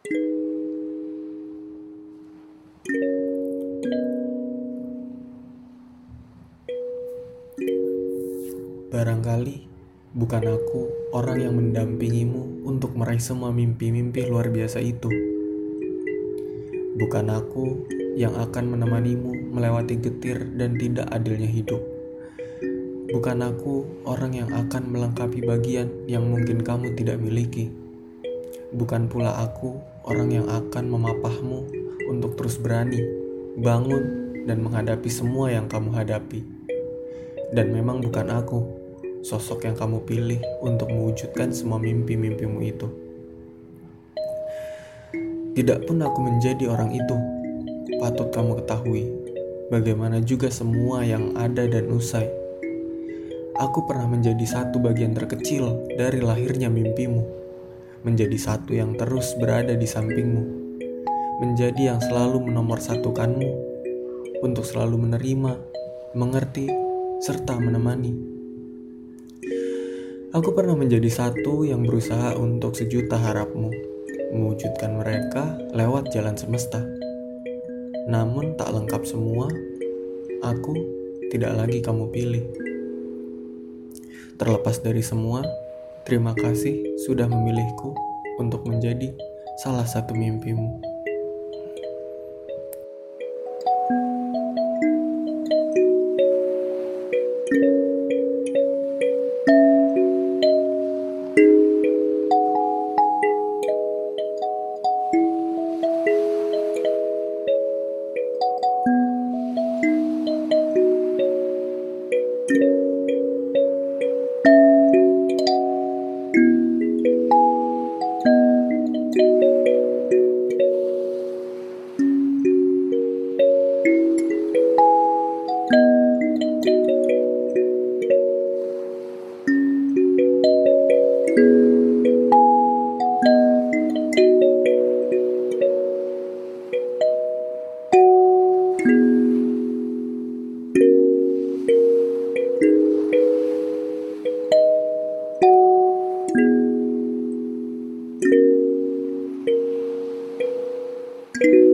Barangkali bukan aku orang yang mendampingimu untuk meraih semua mimpi-mimpi luar biasa itu. Bukan aku yang akan menemanimu melewati getir dan tidak adilnya hidup. Bukan aku orang yang akan melengkapi bagian yang mungkin kamu tidak miliki. Bukan pula aku orang yang akan memapahmu untuk terus berani, bangun, dan menghadapi semua yang kamu hadapi. Dan memang bukan aku, sosok yang kamu pilih untuk mewujudkan semua mimpi-mimpimu itu. Tidak pun aku menjadi orang itu, patut kamu ketahui. Bagaimana juga semua yang ada dan usai. Aku pernah menjadi satu bagian terkecil dari lahirnya mimpimu. Menjadi satu yang terus berada di sampingmu. Menjadi yang selalu menomorsatukanmu. Untuk selalu menerima, mengerti, serta menemani. Aku pernah menjadi satu yang berusaha untuk sejuta harapmu, mewujudkan mereka lewat jalan semesta. Namun tak lengkap semua, aku tidak lagi kamu pilih. Terlepas dari semua, terima kasih sudah memilihku untuk menjadi salah satu mimpimu. Thank you.